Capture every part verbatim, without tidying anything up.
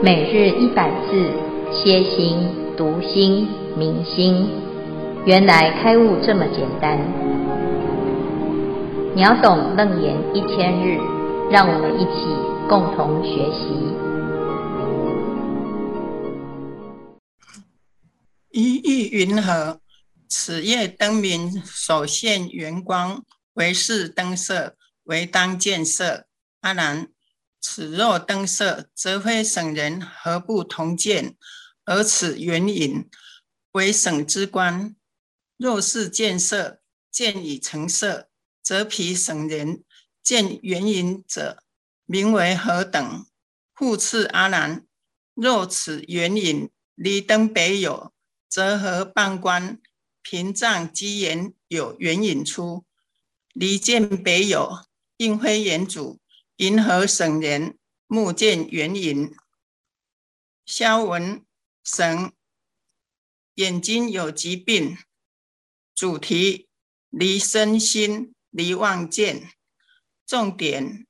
每日一百字，歇心、读心、明心，原来开悟这么简单。秒懂楞严一千日，让我们一起共同学习。 一意云何？此夜灯明，所现圆光，为是灯色，为当见色。阿难，此若灯色，则非省人，何不同见？而此圆影，为省之观。若是见色，见已成色，则彼省人，见圆影者，名为何等？复次阿难，若此圆影离灯北有，则何半观？屏障机缘有圆影出，离见北有，应非眼主，云何省人？目见圆影。消文省眼睛有疾病，主题离身心，离望见。重点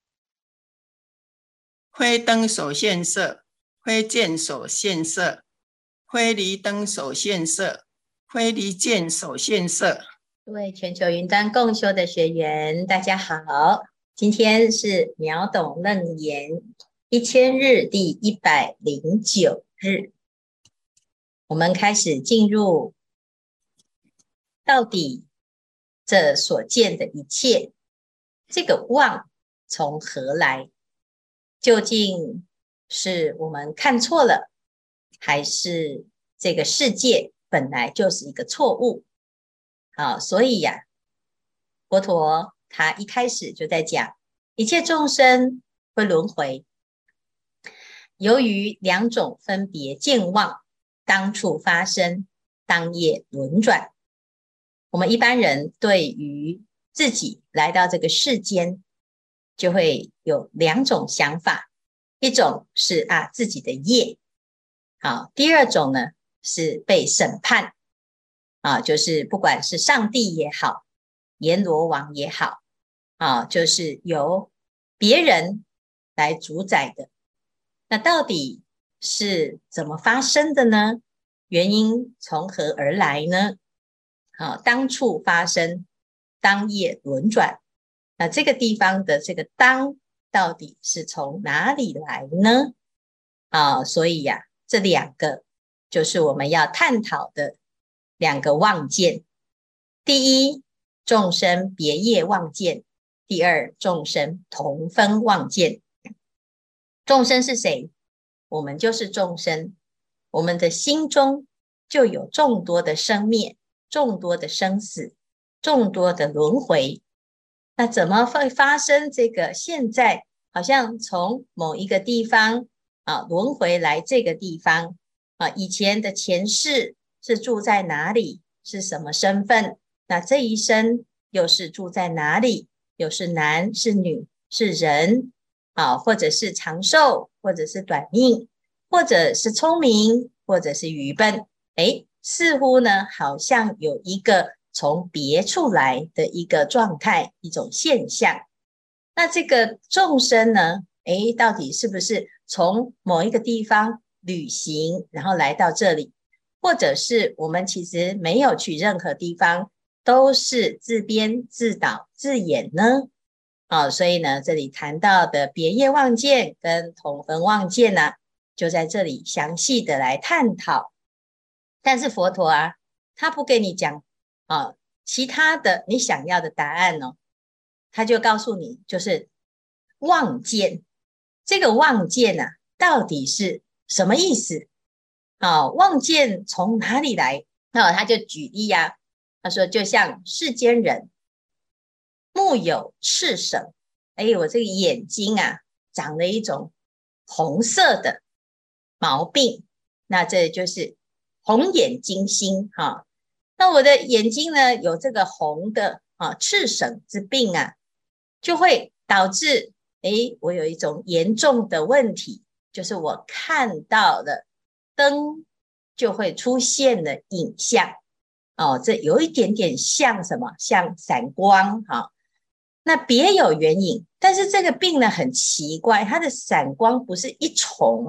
非灯所现色，非见所现色，非离灯所现色，非离见所现色。 各位全球云端共修的学员，大家好，今天是秒懂楞严一千日第一百零九日，我们开始进入到底这所见的一切，这个妄从何来？究竟是我们看错了，还是这个世界本来就是一个错误？好，所以呀、啊，佛陀他一开始就在讲，一切众生会轮回，由于两种分别见妄，当处发生，当夜轮转。我们一般人对于自己来到这个世间，就会有两种想法，一种是啊自己的业，好，第二种呢是被审判。啊，就是不管是上帝也好，阎罗王也好，啊，就是由别人来主宰的。那到底是怎么发生的呢？原因从何而来呢？啊，当处发生，当夜轮转。那这个地方的这个当到底是从哪里来呢？啊，所以呀、啊，这两个就是我们要探讨的两个妄见。第一，众生别业妄见；第二，众生同分妄见。众生是谁？我们就是众生，我们的心中就有众多的生灭，众多的生死，众多的轮回。那怎么会发生这个现在好像从某一个地方啊轮回来这个地方啊，以前的前世是住在哪里？是什么身份？那这一生又是住在哪里？又是男是女是人啊，或者是长寿，或者是短命，或者是聪明，或者是愚笨。诶，似乎呢好像有一个从别处来的一个状态，一种现象。那这个众生呢，诶，到底是不是从某一个地方旅行，然后来到这里？或者是我们其实没有去任何地方，都是自编自导自演呢？啊，所以呢，这里谈到的别业妄见跟同分妄见呢、啊，就在这里详细的来探讨。但是佛陀啊，他不给你讲啊其他的你想要的答案哦，他就告诉你，就是妄见。这个妄见啊，到底是什么意思？啊，妄见从哪里来？那他就举例啊，他说就像世间人目有赤省，哎，我这个眼睛啊长了一种红色的毛病，那这就是红眼睛星哈、啊。那我的眼睛呢有这个红的啊赤省之病啊，就会导致哎我有一种严重的问题，就是我看到了灯就会出现了影像哦，这有一点点像什么？像闪光哈、哦。那别有原因，但是这个病呢很奇怪，它的闪光不是一重，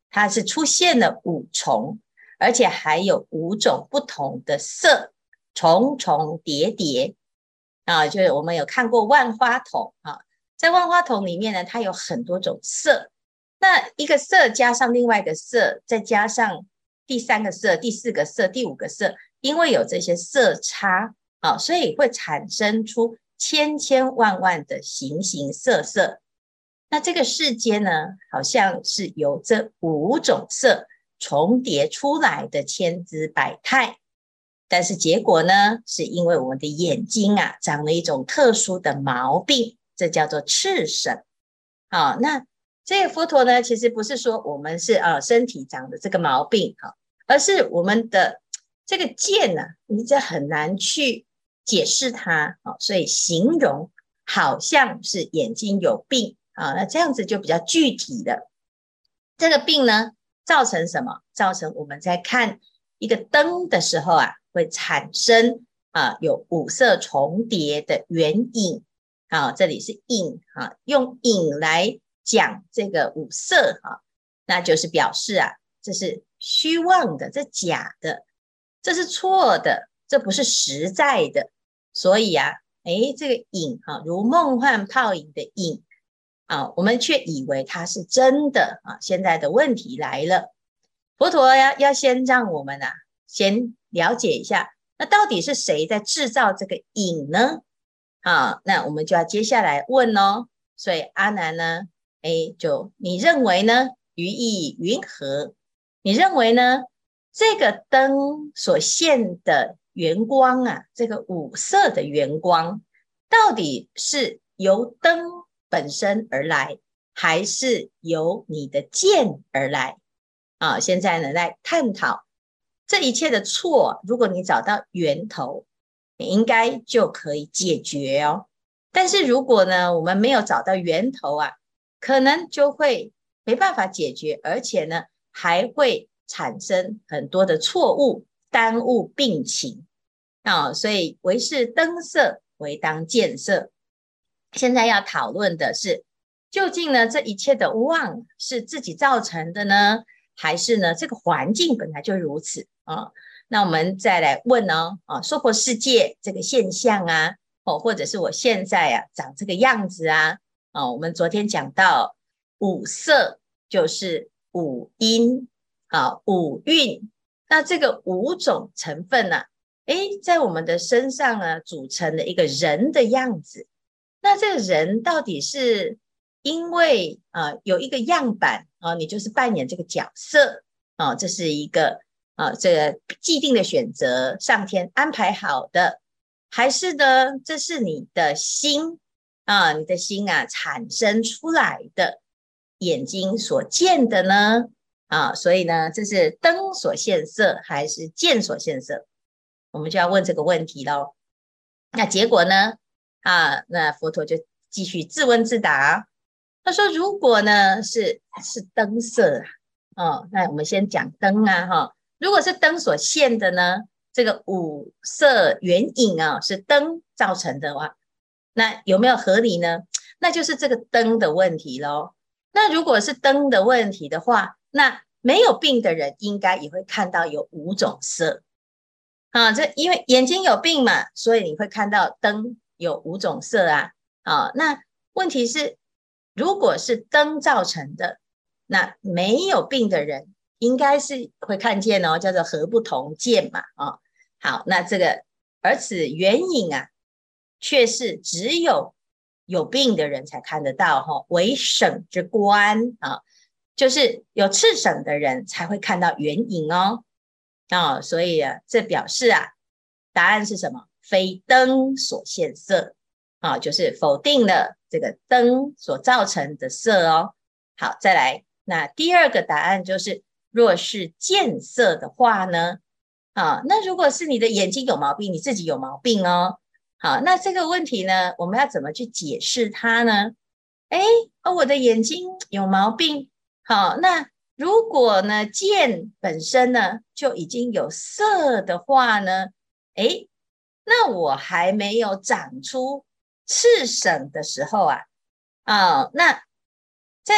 它是出现了五重，而且还有五种不同的色，重重叠叠啊，就是我们有看过万花筒啊，在万花筒里面呢，它有很多种色，那一个色加上另外一个色，再加上第三个色、第四个色、第五个色，因为有这些色差啊，所以会产生出千千万万的形形色色。那这个世间呢，好像是由这五种色重叠出来的千姿百态，但是结果呢，是因为我们的眼睛啊长了一种特殊的毛病，这叫做赤省。好，那这个佛陀呢，其实不是说我们是啊身体长的这个毛病，好，而是我们的这个见呢、啊，你这很难去解释它，好，所以形容好像是眼睛有病啊，那这样子就比较具体的。这个病呢，造成什么？造成我们在看一个灯的时候啊，会产生啊有五色重叠的圆影。好，这里是影啊，用影来讲这个五色啊，那就是表示啊，这是虚妄的，这假的，这是错的，这不是实在的。所以啊，诶，这个影啊，如梦幻泡影的影啊，我们却以为它是真的啊。现在的问题来了，佛陀要要先让我们啊，先了解一下，那到底是谁在制造这个影呢？好，那我们就要接下来问哦。所以阿难呢，哎，就你认为呢？于意云何？你认为呢？这个灯所现的圆光啊，这个五色的圆光，到底是由灯本身而来，还是由你的见而来？啊，现在呢，来探讨这一切的错。如果你找到源头，你应该就可以解决哦。但是如果呢，我们没有找到源头啊，可能就会没办法解决，而且呢，还会产生很多的错误，耽误病情啊。所以唯是灯色，唯当见色。现在要讨论的是，究竟呢，这一切的妄是自己造成的呢，还是呢，这个环境本来就如此啊？那我们再来问哦，啊，娑婆世界这个现象啊，哦，或者是我现在啊长这个样子啊，啊，我们昨天讲到五色就是五音啊，五蕴，那这个五种成分呢、啊，诶，在我们的身上呢，组成了一个人的样子。那这个人到底是因为啊、呃、有一个样板啊、呃，你就是扮演这个角色啊、呃，这是一个。啊，这个既定的选择，上天安排好的，还是呢，这是你的心啊，你的心啊产生出来的，眼睛所见的呢？啊，所以呢，这是灯所现色，还是见所现色？我们就要问这个问题咯。那结果呢？啊，那佛陀就继续自问自答。他说，如果呢是是灯色啊，哦，那我们先讲灯啊，哈。如果是灯所现的呢，这个五色圆影啊，是灯造成的话，那有没有合理呢？那就是这个灯的问题咯。那如果是灯的问题的话，那没有病的人应该也会看到有五种色啊。这因为眼睛有病嘛，所以你会看到灯有五种色啊。啊，那问题是，如果是灯造成的，那没有病的人应该是会看见哦，叫做合不同见嘛，哦，好，那这个而此原影啊，却是只有有病的人才看得到哈、哦，为省之观啊，就是有赤省的人才会看到原影哦，啊，所以啊，这表示啊，答案是什么？非灯所现色啊，就是否定了这个灯所造成的色哦。好，再来，那第二个答案就是。若是见色的话呢，啊，那如果是你的眼睛有毛病，你自己有毛病哦。好，那这个问题呢，我们要怎么去解释它呢？哎，哦，我的眼睛有毛病，好，那如果呢见本身呢就已经有色的话呢，哎，那我还没有长出赤省的时候啊，啊，那在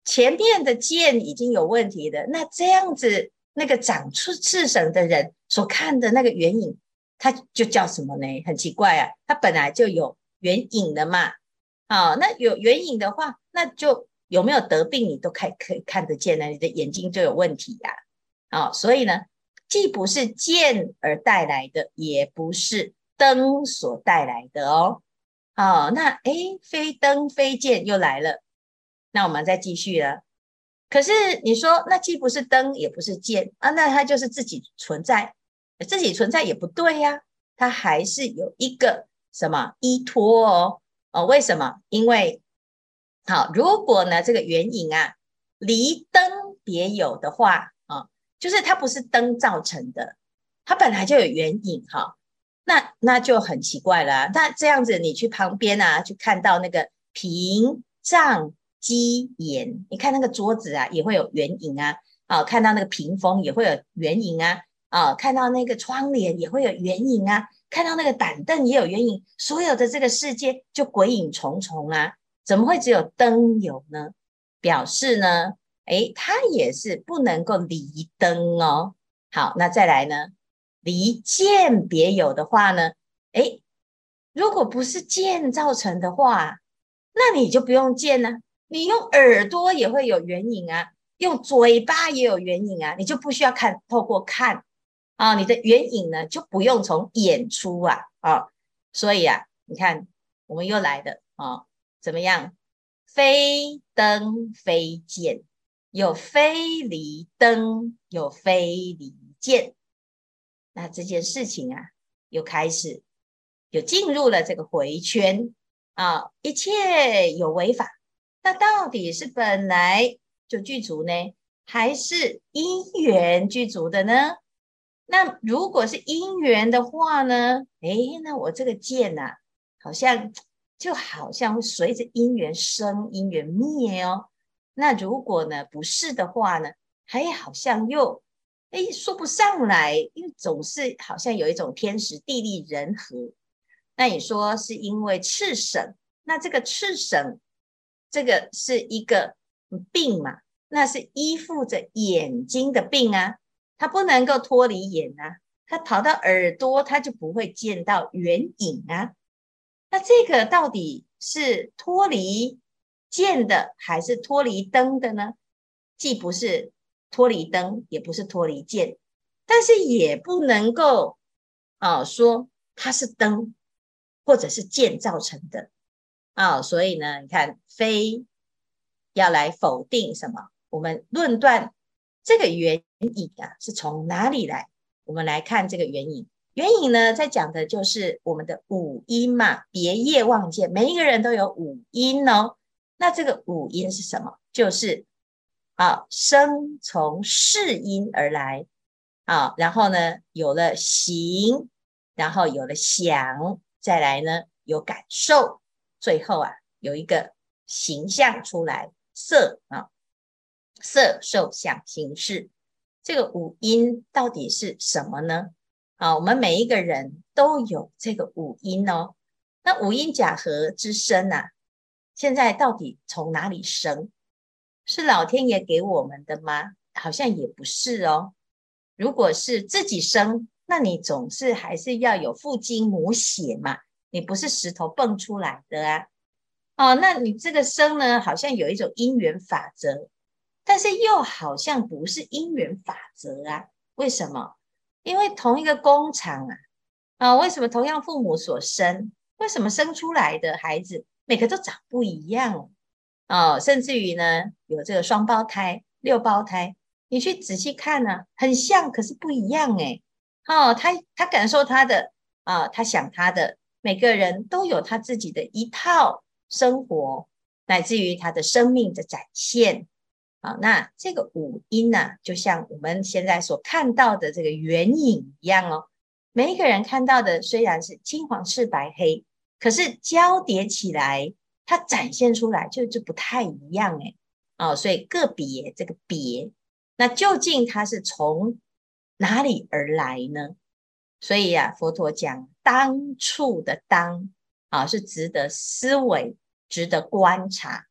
前面的见已经有问题的，那这样子那个长出赤绳的人所看的那个圆影，它就叫什么呢？很奇怪啊，它本来就有圆影的嘛。啊、哦，那有圆影的话，那就有没有得病你都看可以看得见呢？你的眼睛就有问题呀、啊。哦，所以呢，既不是见而带来的，也不是灯所带来的哦。哦，那诶，非灯非见又来了，那我们再继续了。可是你说，那既不是灯，也不是见啊，那它就是自己存在，自己存在也不对呀、啊，它还是有一个什么依托哦。哦，为什么？因为好，如果呢这个圆影啊离灯别有的话啊、哦，就是它不是灯造成的，它本来就有圆影哈、哦，那那就很奇怪了、啊。那这样子你去旁边啊，去看到那个屏障机沿，你看那个桌子啊也会有圆影啊，啊、哦，看到那个屏风也会有圆影啊，啊、哦，看到那个窗帘也会有圆影啊。看到那个板凳也有圆影，所有的这个世界就鬼影重重啊，怎么会只有灯有呢？表示呢，诶，它也是不能够离灯哦。好，那再来呢，离见别有的话呢，诶，如果不是见造成的话，那你就不用见了、啊，你用耳朵也会有圆影啊，用嘴巴也有圆影啊，你就不需要看，透过看。啊，你的圆影呢就不用从眼出啊，啊，所以啊，你看我们又来了啊，怎么样？非灯非见，有非离灯，有非离见，那这件事情啊，又开始有进入了这个回圈啊，一切有为法，那到底是本来就具足呢，还是因缘具足的呢？那如果是因缘的话呢？诶，那我这个见啊，好像就好像会随着因缘生，因缘灭哦。那如果呢不是的话呢，还好像又诶说不上来，因为总是好像有一种天时地利人和。那你说是因为赤绳，那这个赤绳，这个是一个病嘛？那是依附着眼睛的病啊。他不能够脱离眼啊，他跑到耳朵，他就不会见到圆影啊。那这个到底是脱离见的，还是脱离灯的呢？既不是脱离灯，也不是脱离见，但是也不能够啊、哦、说它是灯或者是见造成的啊、哦。所以呢，你看，非要来否定什么？我们论断这个原影啊是从哪里来？我们来看这个原影。原影呢，在讲的就是我们的五阴嘛，别业望见，每一个人都有五阴哦。那这个五阴是什么？就是啊，生从世阴而来啊，然后呢，有了形，然后有了想，再来呢，有感受，最后啊，有一个形象出来，色啊。色受想行识，这个五阴到底是什么呢？啊，我们每一个人都有这个五阴哦。那五阴假合之生啊，现在到底从哪里生？是老天爷给我们的吗？好像也不是哦。如果是自己生，那你总是还是要有父精母血嘛，你不是石头蹦出来的啊。哦，那你这个生呢，好像有一种因缘法则。但是又好像不是因缘法则啊？为什么？因为同一个工厂啊，啊，为什么同样父母所生，为什么生出来的孩子每个都长不一样哦？甚至于呢，有这个双胞胎、六胞胎，你去仔细看呢、啊，很像，可是不一样哎。哦，他他感受他的啊，他想他的，每个人都有他自己的一套生活，乃至于他的生命的展现。好，那这个五阴呢、啊，就像我们现在所看到的这个圆影一样哦。每一个人看到的虽然是青黄赤白黑，可是交叠起来，它展现出来就就不太一样哎。哦，所以个别这个别，那究竟它是从哪里而来呢？所以呀、啊，佛陀讲当处的当啊，是值得思维、值得观察。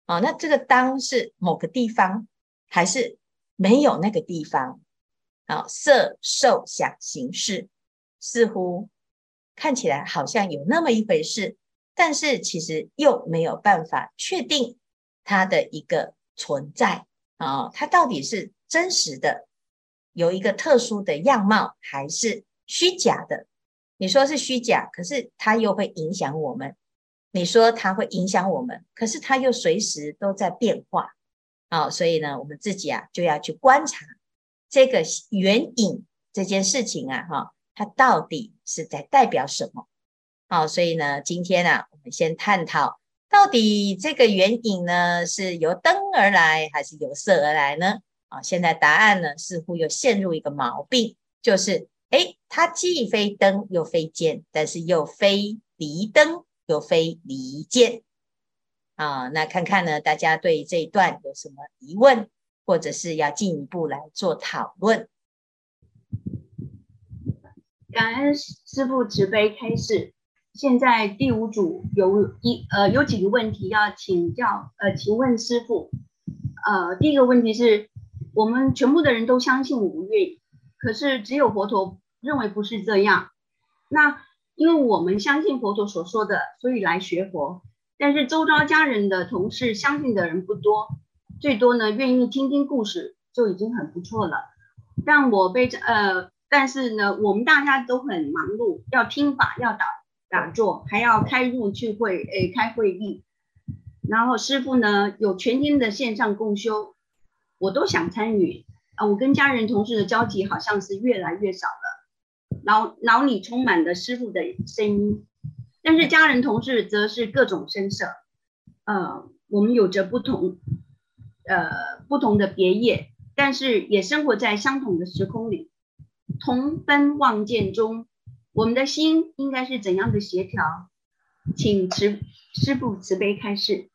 哦，那这个当是某个地方，还是没有那个地方？啊、哦，色受想行识，似乎看起来好像有那么一回事，但是其实又没有办法确定它的一个存在啊、哦，它到底是真实的，有一个特殊的样貌，还是虚假的？你说是虚假，可是它又会影响我们。你说它会影响我们，可是它又随时都在变化。好、哦，所以呢，我们自己啊就要去观察这个缘影这件事情啊，哈、哦，它到底是在代表什么？好、哦，所以呢，今天啊，我们先探讨到底这个缘影呢是由灯而来，还是由色而来呢？啊、哦，现在答案呢似乎又陷入一个毛病，就是诶，它既非灯又非剑，但是又非离灯又非离剑啊。那看看呢，大家对这一段有什么疑问，或者是要进一步来做讨论？ 感恩师父慈悲开示。现在第五组有一呃有几个问题要请教呃，请问师父。呃，第一个问题是，我们全部的人都相信五蕴，可是只有佛陀认为不是这样。那因为我们相信佛陀所说的，所以来学佛。但是周遭家人的同事相信的人不多，最多呢愿意听听故事就已经很不错了。但我被呃，但是呢，我们大家都很忙碌，要听法，要打打坐，还要开入去会诶开会议。然后师父呢有全天的线上共修，我都想参与啊。我跟家人同事的交集好像是越来越少了，脑脑里充满了师父的声音。但是家人同事则是各种声色，呃，我们有着不同，呃，不同的别业，但是也生活在相同的时空里，同奔望见中，我们的心应该是怎样的协调？请慈师父慈悲开示。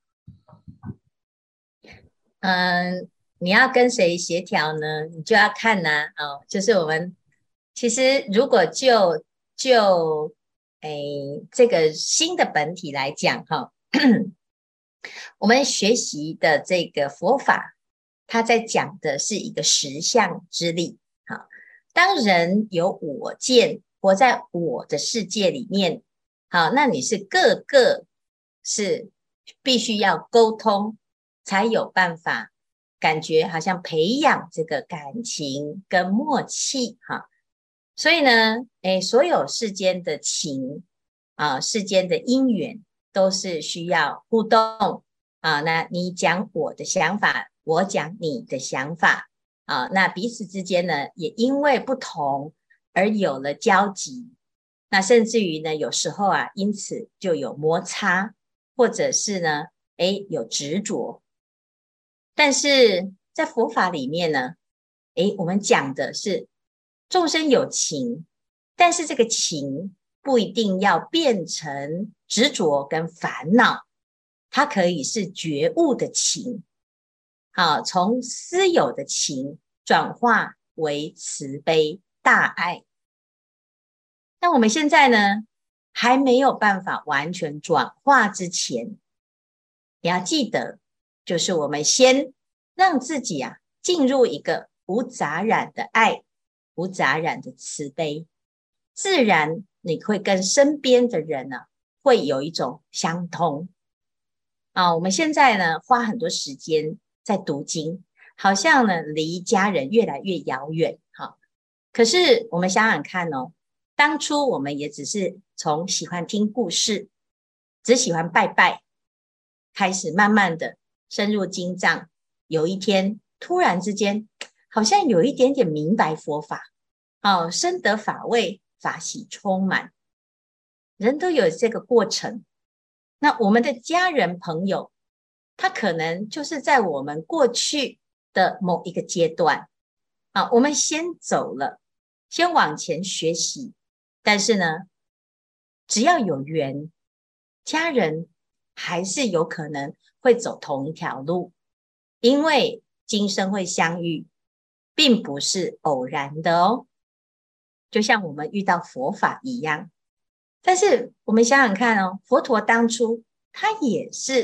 嗯，你要跟谁协调呢？你就要看呐、啊，哦，就是我们其实如果就就诶这个新的本体来讲哈，我们学习的这个佛法，它在讲的是一个实相之力。好，当人有我见，活在我的世界里面，好，那你是各个是必须要沟通，才有办法感觉好像培养这个感情跟默契哈。所以呢，诶，所有世间的情啊，世间的因缘都是需要互动啊。那你讲我的想法，我讲你的想法啊，那彼此之间呢，也因为不同而有了交集。那甚至于呢，有时候啊，因此就有摩擦，或者是呢，诶，有执着。但是在佛法里面呢，诶，我们讲的是众生有情，但是这个情不一定要变成执着跟烦恼，它可以是觉悟的情。好，从私有的情转化为慈悲大爱。那我们现在呢，还没有办法完全转化之前，你要记得，就是我们先让自己啊进入一个无杂染的爱，无杂染的慈悲，自然你会跟身边的人呢、啊、会有一种相通啊。我们现在呢花很多时间在读经，好像呢离家人越来越遥远哈。可是我们想想看哦，当初我们也只是从喜欢听故事，只喜欢拜拜，开始慢慢的深入经藏，有一天突然之间好像有一点点明白佛法，哦，深得法味，法喜充满。人都有这个过程。那我们的家人朋友，他可能就是在我们过去的某一个阶段啊，我们先走了，先往前学习。但是呢，只要有缘，家人还是有可能会走同一条路，因为今生会相遇，并不是偶然的哦。就像我们遇到佛法一样。但是我们想想看哦，佛陀当初他也是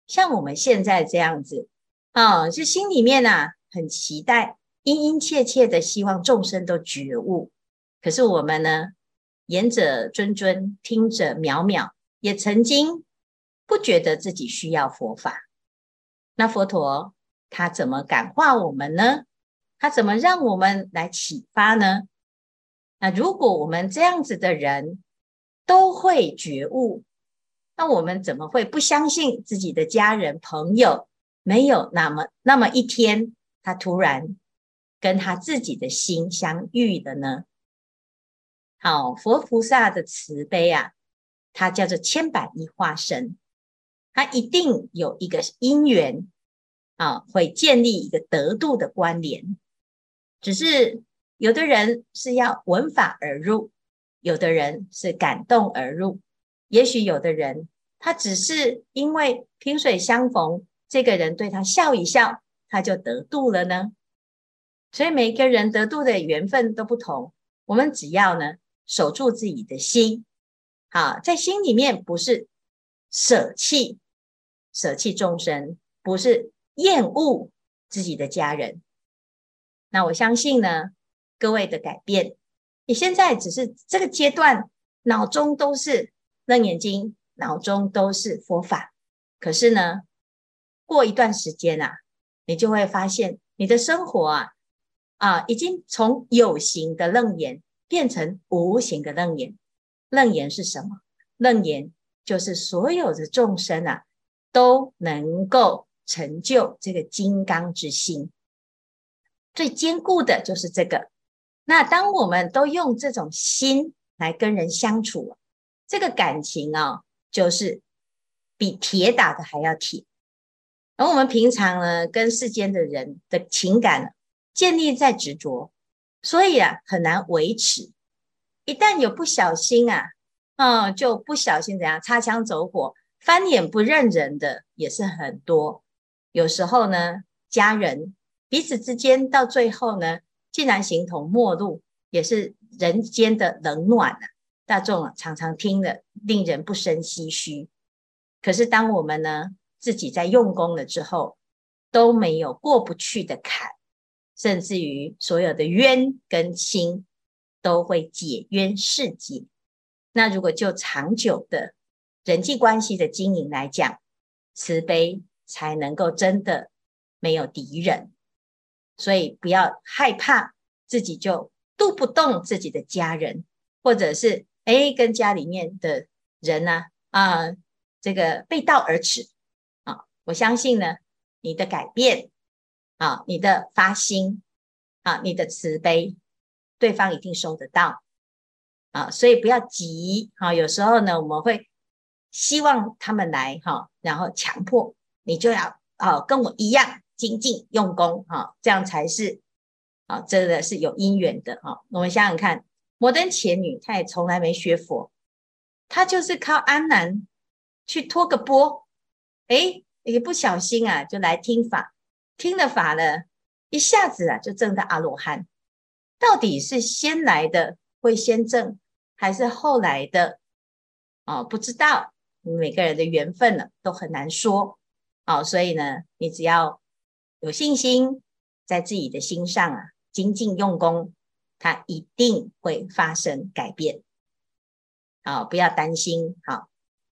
像我们现在这样子啊，就心里面啊很期待，殷殷切切的希望众生都觉悟。可是我们呢，言者谆谆，听者渺渺，也曾经不觉得自己需要佛法。那佛陀他怎么感化我们呢？他怎么让我们来启发呢？那如果我们这样子的人都会觉悟，那我们怎么会不相信自己的家人朋友没有那么那么一天他突然跟他自己的心相遇的呢？好，佛菩萨的慈悲啊，它叫做千百亿化身，它一定有一个因缘啊，会建立一个得度的关联。只是有的人是要闻法而入，有的人是感动而入，也许有的人他只是因为萍水相逢，这个人对他笑一笑，他就得度了呢。所以每个人得度的缘分都不同，我们只要呢守住自己的心，好，在心里面不是舍弃舍弃众生，不是厌恶自己的家人。那我相信呢，各位的改变，你现在只是这个阶段脑中都是楞严经，脑中都是佛法，可是呢过一段时间啊，你就会发现你的生活啊啊，已经从有形的楞严变成无形的楞严。楞严是什么？楞严就是所有的众生啊都能够成就这个金刚之心，最坚固的就是这个。那当我们都用这种心来跟人相处，这个感情啊，就是比铁打的还要铁。而我们平常呢，跟世间的人的情感建立在执着，所以啊，很难维持。一旦有不小心啊，嗯，就不小心怎样擦枪走火、翻脸不认人的也是很多。有时候呢，家人彼此之间到最后呢，竟然形同陌路，也是人间的冷暖啊。大众啊，常常听了令人不胜唏嘘。可是当我们呢自己在用功了之后，都没有过不去的坎，甚至于所有的冤跟亲都会解冤释结。那如果就长久的人际关系的经营来讲，慈悲才能够真的没有敌人。所以不要害怕自己就度不动自己的家人，或者是哎跟家里面的人呢 啊, 啊这个背道而驰啊。我相信呢，你的改变啊，你的发心啊，你的慈悲，对方一定收得到啊。所以不要急啊，有时候呢，我们会希望他们来哈、啊，然后强迫你就要啊跟我一样精进用功哈、啊，这样才是啊，真的是有因缘的哈、啊。我们想想看，摩登伽女她也从来没学佛，她就是靠安南去托个钵，诶也不小心啊就来听法，听了法呢一下子啊就证到阿罗汉。到底是先来的会先证，还是后来的哦，不知道，每个人的缘分呢都很难说哦。所以呢，你只要有信心在自己的心上啊精进用功，它一定会发生改变。好，不要担心。好，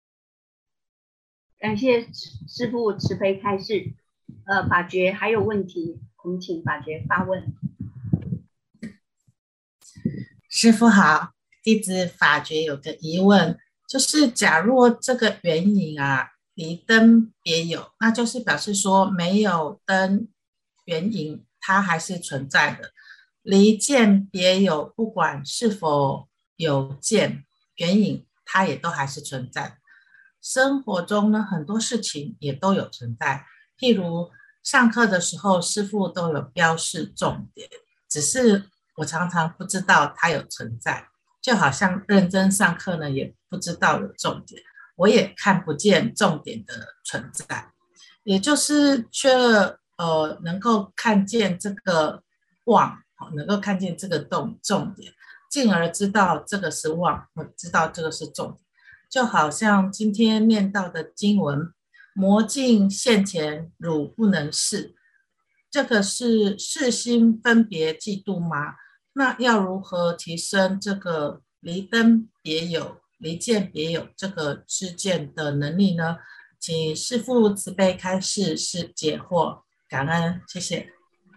感谢师父慈悲开示。呃，法觉还有问题，我们请法觉发问。 师父好，弟子法觉有个疑问，就是假若这个缘影啊离灯别有，那就是表示说没有灯缘影它还是存在的，离见别有，不管是否有见缘影它也都还是存在。生活中呢很多事情也都有存在，譬如上课的时候师父都有标示重点，只是我常常不知道它有存在，就好像认真上课呢也不知道有重点，我也看不见重点的存在，也就是缺了呃能够看见这个妄，能够看见这个重重点，进而知道这个是妄，我知道这个是重点。就好像今天念到的经文， 魔镜现前，汝不能视。这个是视心分别嫉妒吗？那要如何提升这个离灯别有、离见别有这个知见的能力呢？请师父慈悲开示是解惑，感恩，谢谢。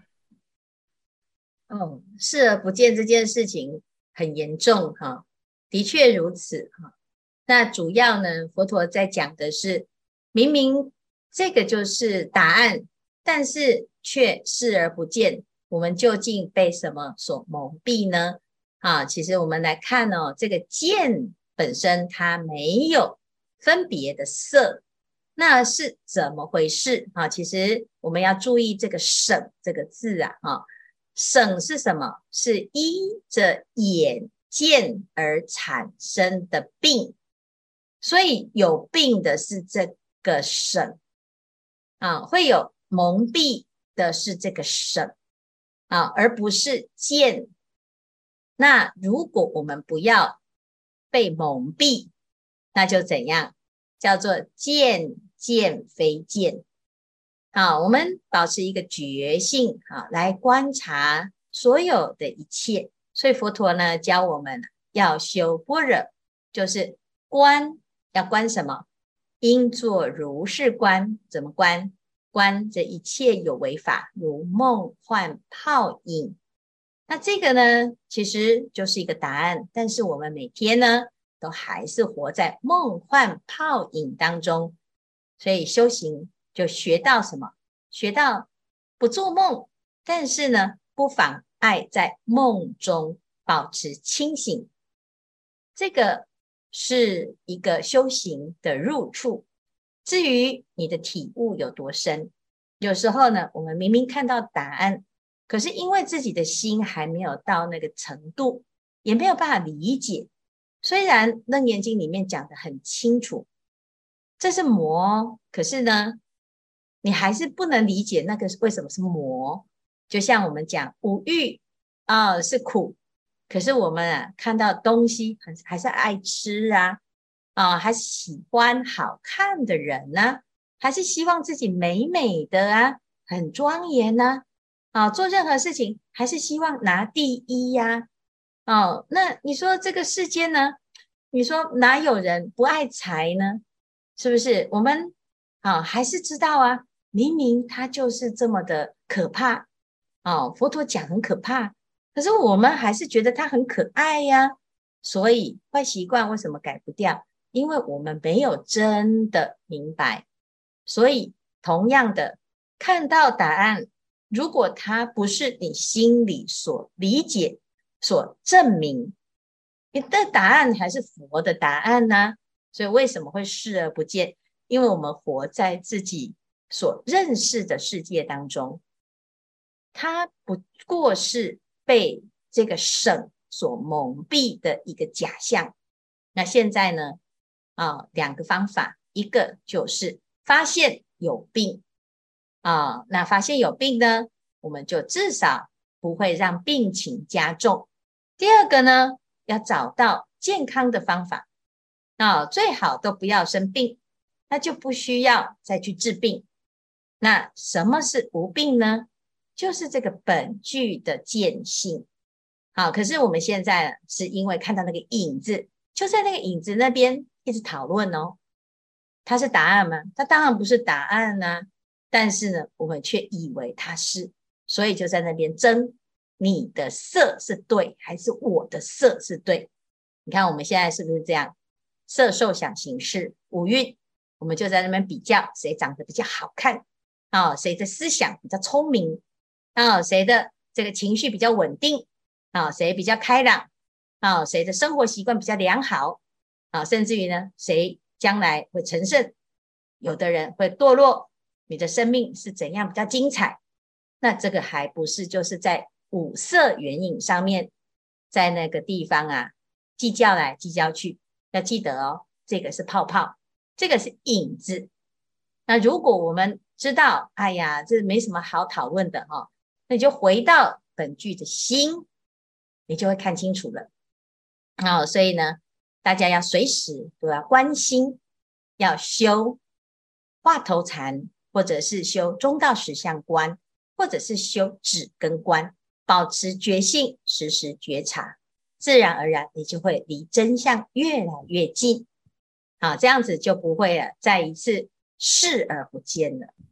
哦，视而不见这件事情很严重哈，的确如此哈。那主要呢，佛陀在讲的是，明明这个就是答案，但是却视而不见，我们究竟被什么所蒙蔽呢？啊，其实我们来看哦，这个见本身它没有分别的色，那是怎么回事啊？其实我们要注意这个省这个字啊，啊，省是什么？是依着眼见而产生的病，所以有病的是这个省啊，会有蒙蔽的是这个省啊，而不是见。那如果我们不要被蒙蔽，那就怎样？叫做见见非见。好，我们保持一个觉性啊，来观察所有的一切。所以佛陀呢教我们要修般若，就是观，要观什么？应作如是观。怎么观？观这一切有为法，如梦幻泡影。那这个呢，其实就是一个答案，但是我们每天呢，都还是活在梦幻泡影当中。所以修行就学到什么？学到不做梦，但是呢，不妨碍在梦中保持清醒。这个是一个修行的入处。至于你的体悟有多深，有时候呢，我们明明看到答案，可是因为自己的心还没有到那个程度，也没有办法理解。虽然《楞严经》里面讲得很清楚，这是魔，可是呢，你还是不能理解那个为什么是魔。就像我们讲五欲啊、哦、是苦，可是我们啊看到东西还是爱吃啊，啊、哦、还是喜欢好看的人呢、啊，还是希望自己美美的啊，很庄严啊，啊、哦、做任何事情还是希望拿第一呀、啊。哦，那你说这个世间呢？你说哪有人不爱财呢？是不是？我们啊还是知道啊，明明它就是这么的可怕哦，佛陀讲很可怕，可是我们还是觉得它很可爱呀。所以坏习惯为什么改不掉？因为我们没有真的明白。所以同样的，看到答案，如果它不是你心里所理解、所证明，你的答案还是佛的答案呢、啊？所以为什么会视而不见？因为我们活在自己所认识的世界当中，它不过是被这个省所蒙蔽的一个假象。那现在呢，啊，两个方法，一个就是发现有病啊，那发现有病呢，我们就至少不会让病情加重。第二个呢，要找到健康的方法啊，最好都不要生病，那就不需要再去治病。那什么是无病呢？就是这个本具的见性。好，可是我们现在是因为看到那个影子，就在那个影子那边一直讨论哦，它是答案吗？它当然不是答案啊，但是呢，我们却以为它是，所以就在那边争，你的色是对还是我的色是对？你看我们现在是不是这样？色受想行识五蕴，我们就在那边比较谁长得比较好看啊、哦，谁的思想比较聪明啊、哦，谁的这个情绪比较稳定啊、哦，谁比较开朗啊、哦，谁的生活习惯比较良好啊、哦，甚至于呢，谁将来会成圣，有的人会堕落，你的生命是怎样比较精彩？那这个还不是就是在五色缘影上面，在那个地方啊计较来计较去。要记得哦，这个是泡泡，这个是影子。那如果我们知道，哎呀，这没什么好讨论的哦，那你就回到本具的心，你就会看清楚了。哦，所以呢，大家要随时都要关心，要修话头禅，或者是修中道实相观，或者是修止根观，保持觉性，时时觉察，自然而然你就会离真相越来越近。好，这样子就不会了再一次视而不见了。